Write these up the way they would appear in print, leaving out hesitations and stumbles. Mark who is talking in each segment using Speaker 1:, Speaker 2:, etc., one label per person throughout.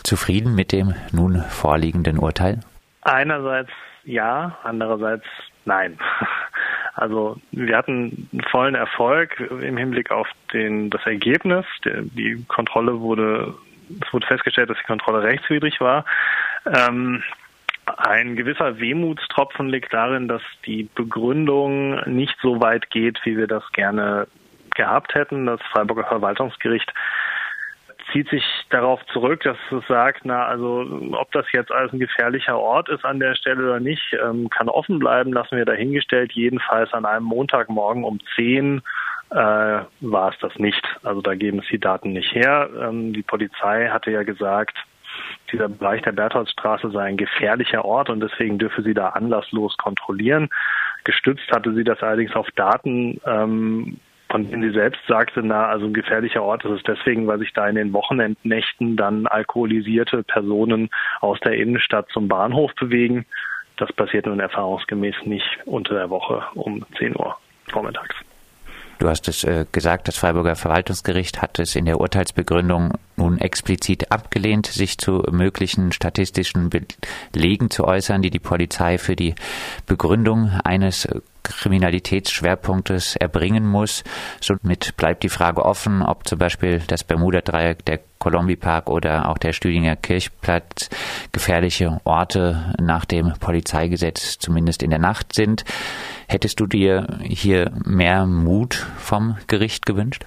Speaker 1: zufrieden mit dem nun vorliegenden Urteil?
Speaker 2: Einerseits ja, andererseits nein. Also wir hatten vollen Erfolg im Hinblick auf das Ergebnis. Die Kontrolle es wurde festgestellt, dass die Kontrolle rechtswidrig war. Ein gewisser Wehmutstropfen liegt darin, dass die Begründung nicht so weit geht, wie wir das gerne gehabt hätten. Das Freiburger Verwaltungsgericht zieht sich darauf zurück, dass es sagt, ob das jetzt als ein gefährlicher Ort ist an der Stelle oder nicht, kann offen bleiben, lassen wir dahingestellt. Jedenfalls an einem Montagmorgen um 10 war es das nicht. Also da geben es die Daten nicht her. Die Polizei hatte ja gesagt, dieser Bereich der Bertholdsstraße sei ein gefährlicher Ort und deswegen dürfe sie da anlasslos kontrollieren. Gestützt hatte sie das allerdings auf Daten, von denen sie selbst sagte, ein gefährlicher Ort ist es deswegen, weil sich da in den Wochenendnächten dann alkoholisierte Personen aus der Innenstadt zum Bahnhof bewegen. Das passiert nun erfahrungsgemäß nicht unter der Woche um 10 Uhr vormittags.
Speaker 1: Du hast es gesagt, das Freiburger Verwaltungsgericht hat es in der Urteilsbegründung nun explizit abgelehnt, sich zu möglichen statistischen Belegen zu äußern, die die Polizei für die Begründung eines Kriminalitätsschwerpunktes erbringen muss. Somit bleibt die Frage offen, ob zum Beispiel das Bermuda-Dreieck, der Kolombi-Park oder auch der Stühlinger Kirchplatz gefährliche Orte nach dem Polizeigesetz zumindest in der Nacht sind. Hättest du dir hier mehr Mut vom Gericht gewünscht?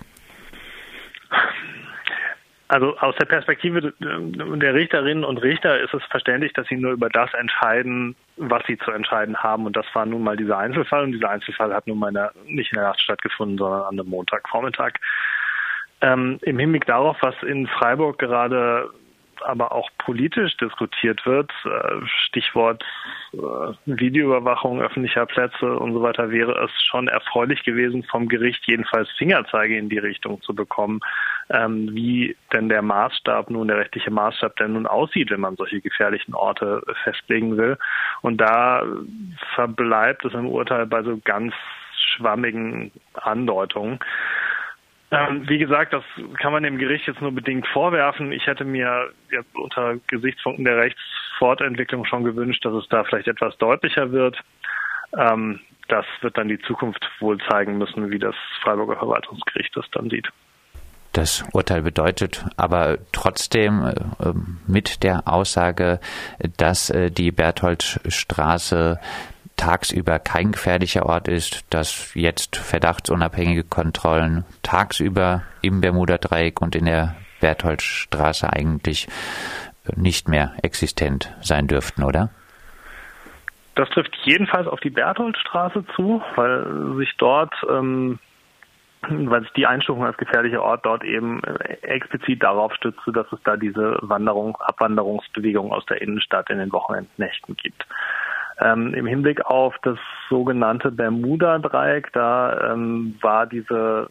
Speaker 2: Also aus der Perspektive der Richterinnen und Richter ist es verständlich, dass sie nur über das entscheiden, was sie zu entscheiden haben. Und das war nun mal dieser Einzelfall. Und dieser Einzelfall hat nun mal nicht in der Nacht stattgefunden, sondern an einem Montagvormittag. Im Hinblick darauf, was in Freiburg gerade aber auch politisch diskutiert wird, Stichwort Videoüberwachung öffentlicher Plätze und so weiter, wäre es schon erfreulich gewesen, vom Gericht jedenfalls Fingerzeige in die Richtung zu bekommen, wie denn der rechtliche Maßstab denn nun aussieht, wenn man solche gefährlichen Orte festlegen will. Und da verbleibt es im Urteil bei so ganz schwammigen Andeutungen. Wie gesagt, das kann man dem Gericht jetzt nur bedingt vorwerfen. Ich hätte mir jetzt unter Gesichtspunkten der Rechtsfortentwicklung schon gewünscht, dass es da vielleicht etwas deutlicher wird. Das wird dann die Zukunft wohl zeigen müssen, wie das Freiburger Verwaltungsgericht das dann sieht.
Speaker 1: Das Urteil bedeutet aber trotzdem mit der Aussage, dass die Bertholdstraße tagsüber kein gefährlicher Ort ist, dass jetzt verdachtsunabhängige Kontrollen tagsüber im Bermuda-Dreieck und in der Bertholdstraße eigentlich nicht mehr existent sein dürften, oder?
Speaker 2: Das trifft jedenfalls auf die Bertholdstraße zu, weil sich die Einstufung als gefährlicher Ort dort eben explizit darauf stützte, dass es da diese Abwanderungsbewegung aus der Innenstadt in den Wochenendnächten gibt. Im Hinblick auf das sogenannte Bermuda-Dreieck, da war diese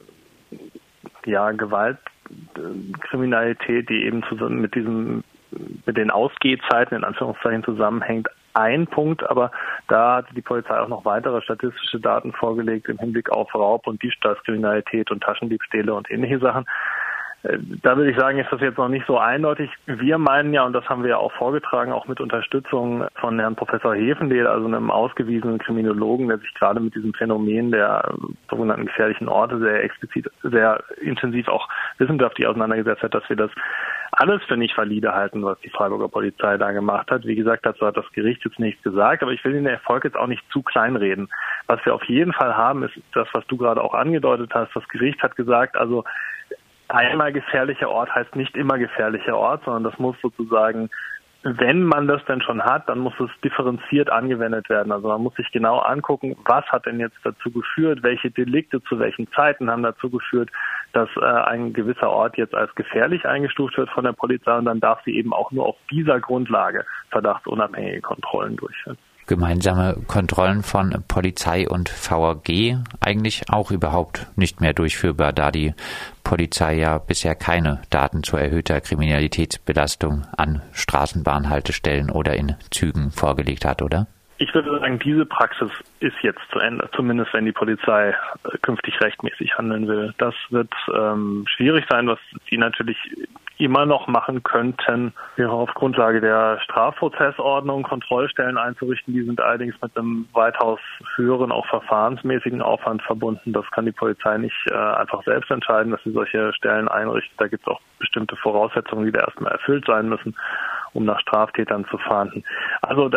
Speaker 2: Gewaltkriminalität, die eben zusammen mit den Ausgehzeiten in Anführungszeichen zusammenhängt, ein Punkt, aber da hatte die Polizei auch noch weitere statistische Daten vorgelegt im Hinblick auf Raub- und Diebstahlskriminalität und Taschendiebstähle und ähnliche Sachen. Da würde ich sagen, ist das jetzt noch nicht so eindeutig. Wir meinen ja, und das haben wir ja auch vorgetragen, auch mit Unterstützung von Herrn Professor Hefendehl, also einem ausgewiesenen Kriminologen, der sich gerade mit diesem Phänomen der sogenannten gefährlichen Orte sehr intensiv auch wissenschaftlich auseinandergesetzt hat, dass wir das alles für nicht valide halten, was die Freiburger Polizei da gemacht hat. Wie gesagt, dazu hat das Gericht jetzt nichts gesagt, aber ich will den Erfolg jetzt auch nicht zu kleinreden. Was wir auf jeden Fall haben, ist das, was du gerade auch angedeutet hast. Das Gericht hat gesagt, also einmal gefährlicher Ort heißt nicht immer gefährlicher Ort, sondern das muss sozusagen, wenn man das denn schon hat, dann muss es differenziert angewendet werden. Also man muss sich genau angucken, was hat denn jetzt dazu geführt, welche Delikte zu welchen Zeiten haben dazu geführt, dass ein gewisser Ort jetzt als gefährlich eingestuft wird von der Polizei, und dann darf sie eben auch nur auf dieser Grundlage verdachtsunabhängige Kontrollen durchführen.
Speaker 1: Gemeinsame Kontrollen von Polizei und VAG eigentlich auch überhaupt nicht mehr durchführbar, da die Polizei ja bisher keine Daten zu erhöhter Kriminalitätsbelastung an Straßenbahnhaltestellen oder in Zügen vorgelegt hat, oder?
Speaker 2: Ich würde sagen, diese Praxis ist jetzt zu Ende, zumindest wenn die Polizei künftig rechtmäßig handeln will. Das wird schwierig sein, was sie natürlich immer noch machen könnten, wäre auf Grundlage der Strafprozessordnung Kontrollstellen einzurichten. Die sind allerdings mit einem weitaus höheren, auch verfahrensmäßigen Aufwand verbunden. Das kann die Polizei nicht einfach selbst entscheiden, dass sie solche Stellen einrichtet. Da gibt es auch bestimmte Voraussetzungen, die da erstmal erfüllt sein müssen, um nach Straftätern zu fahnden. Also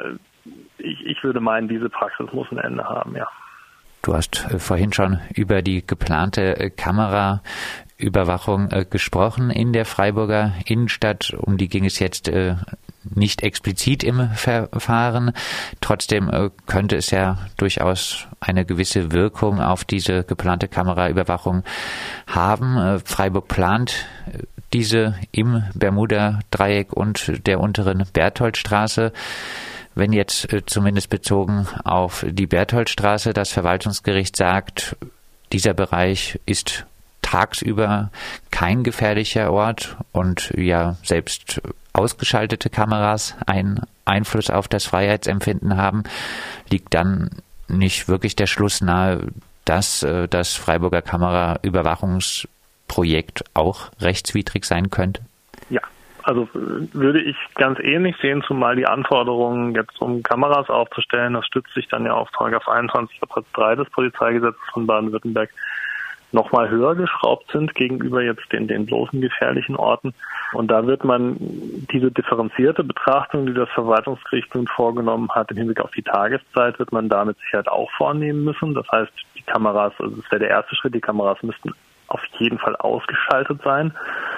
Speaker 2: ich würde meinen, diese Praxis muss ein Ende haben, ja.
Speaker 1: Du hast vorhin schon über die geplante Kameraüberwachung gesprochen in der Freiburger Innenstadt. Um die ging es jetzt nicht explizit im Verfahren. Trotzdem könnte es ja durchaus eine gewisse Wirkung auf diese geplante Kameraüberwachung haben. Freiburg plant diese im Bermuda-Dreieck und der unteren Bertholdstraße. Wenn jetzt zumindest bezogen auf die Bertholdstraße das Verwaltungsgericht sagt, dieser Bereich ist tagsüber kein gefährlicher Ort und ja selbst ausgeschaltete Kameras einen Einfluss auf das Freiheitsempfinden haben, liegt dann nicht wirklich der Schluss nahe, dass das Freiburger Kameraüberwachungsprojekt auch rechtswidrig sein könnte?
Speaker 2: Ja. Also würde ich ganz ähnlich sehen, zumal die Anforderungen jetzt, um Kameras aufzustellen, das stützt sich dann ja auf § 21 Absatz 3 des Polizeigesetzes von Baden-Württemberg, nochmal höher geschraubt sind gegenüber jetzt den bloßen gefährlichen Orten. Und da wird man diese differenzierte Betrachtung, die das Verwaltungsgericht nun vorgenommen hat, im Hinblick auf die Tageszeit, wird man da mit Sicherheit auch vornehmen müssen. Das heißt, die Kameras, also das wäre der erste Schritt, die Kameras müssten auf jeden Fall ausgeschaltet sein,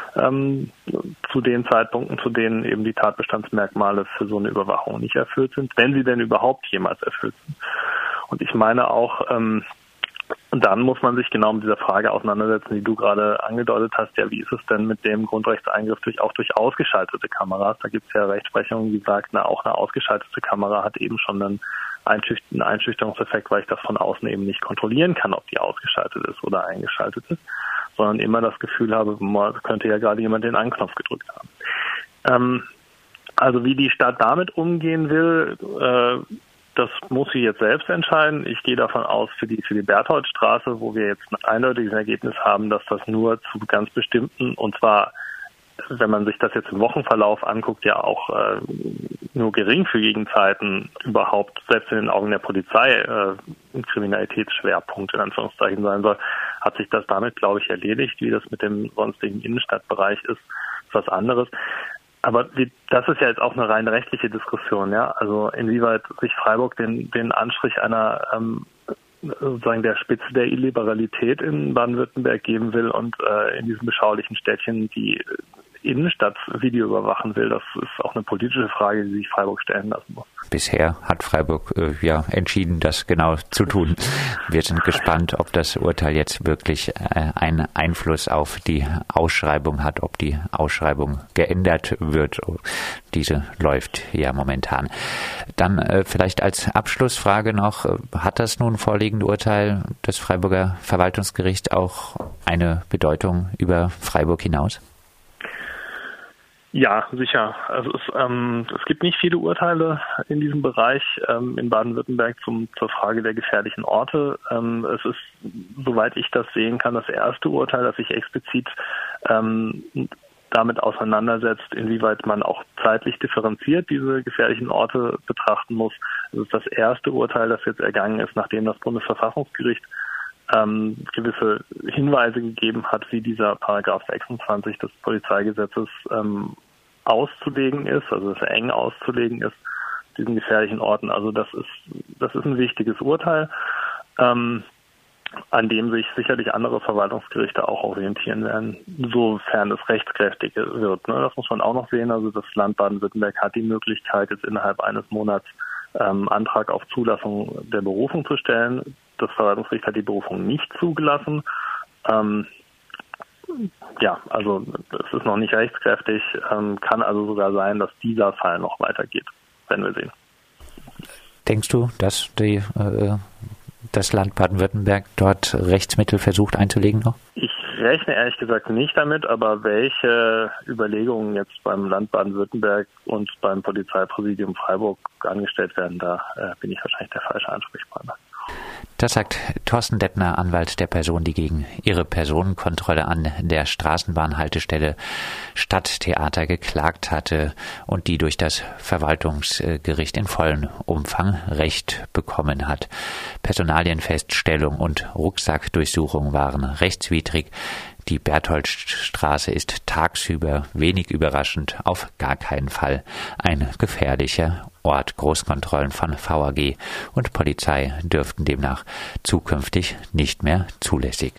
Speaker 2: zu den Zeitpunkten, zu denen eben die Tatbestandsmerkmale für so eine Überwachung nicht erfüllt sind, wenn sie denn überhaupt jemals erfüllt sind. Und ich meine auch, dann muss man sich genau mit dieser Frage auseinandersetzen, die du gerade angedeutet hast, ja, wie ist es denn mit dem Grundrechtseingriff durch ausgeschaltete Kameras? Da gibt es ja Rechtsprechung, die sagt, auch eine ausgeschaltete Kamera hat eben schon einen Einschüchterungseffekt, weil ich das von außen eben nicht kontrollieren kann, ob die ausgeschaltet ist oder eingeschaltet ist, sondern immer das Gefühl habe, könnte ja gerade jemand den Anknopf gedrückt haben. Also wie die Stadt damit umgehen will, das muss sie jetzt selbst entscheiden. Ich gehe davon aus, für die Bertholdstraße, wo wir jetzt ein eindeutiges Ergebnis haben, dass das nur zu ganz bestimmten, und zwar, wenn man sich das jetzt im Wochenverlauf anguckt, ja auch nur geringfügigen Zeiten überhaupt, selbst in den Augen der Polizei, ein Kriminalitätsschwerpunkt in Anführungszeichen sein soll, hat sich das damit, glaube ich, erledigt. Wie das mit dem sonstigen Innenstadtbereich ist was anderes. Aber das ist ja jetzt auch eine rein rechtliche Diskussion, ja. Also inwieweit sich Freiburg den Anstrich einer sozusagen der Spitze der Illiberalität in Baden-Württemberg geben will und in diesem beschaulichen Städtchen die Innenstadt Video überwachen will, das ist auch eine politische Frage, die sich Freiburg stellen lassen muss.
Speaker 1: Bisher hat Freiburg entschieden, das genau zu tun. Wir sind gespannt, ob das Urteil jetzt wirklich einen Einfluss auf die Ausschreibung hat, ob die Ausschreibung geändert wird. Diese läuft ja momentan. Dann vielleicht als Abschlussfrage noch, hat das nun vorliegende Urteil des Freiburger Verwaltungsgerichts auch eine Bedeutung über Freiburg hinaus?
Speaker 2: Ja, sicher. Also es gibt nicht viele Urteile in diesem Bereich in Baden-Württemberg zur Frage der gefährlichen Orte. Es ist, soweit ich das sehen kann, das erste Urteil, das sich explizit damit auseinandersetzt, inwieweit man auch zeitlich differenziert diese gefährlichen Orte betrachten muss. Es ist das erste Urteil, das jetzt ergangen ist, nachdem das Bundesverfassungsgericht gewisse Hinweise gegeben hat, wie dieser Paragraph 26 des Polizeigesetzes auszulegen ist, also dass er eng auszulegen ist, diesen gefährlichen Orten. Also das ist ein wichtiges Urteil, an dem sich sicherlich andere Verwaltungsgerichte auch orientieren werden, sofern es rechtskräftig wird. Ne? Das muss man auch noch sehen. Also das Land Baden-Württemberg hat die Möglichkeit, jetzt innerhalb eines Monats Antrag auf Zulassung der Berufung zu stellen. Das Verwaltungsgericht hat die Berufung nicht zugelassen. Also es ist noch nicht rechtskräftig, kann also sogar sein, dass dieser Fall noch weitergeht, werden wir sehen.
Speaker 1: Denkst du, dass das Land Baden-Württemberg dort Rechtsmittel versucht einzulegen noch?
Speaker 2: Ich rechne ehrlich gesagt nicht damit, aber welche Überlegungen jetzt beim Land Baden-Württemberg und beim Polizeipräsidium Freiburg angestellt werden, da bin ich wahrscheinlich der falsche Ansprechpartner.
Speaker 1: Das sagt Thorsten Deppner, Anwalt der Person, die gegen ihre Personenkontrolle an der Straßenbahnhaltestelle Stadttheater geklagt hatte und die durch das Verwaltungsgericht in vollem Umfang Recht bekommen hat. Personalienfeststellung und Rucksackdurchsuchung waren rechtswidrig. Die Bertholdstraße ist tagsüber, wenig überraschend, auf gar keinen Fall ein gefährlicher Ort. Großkontrollen von VAG und Polizei dürften demnach zukünftig nicht mehr zulässig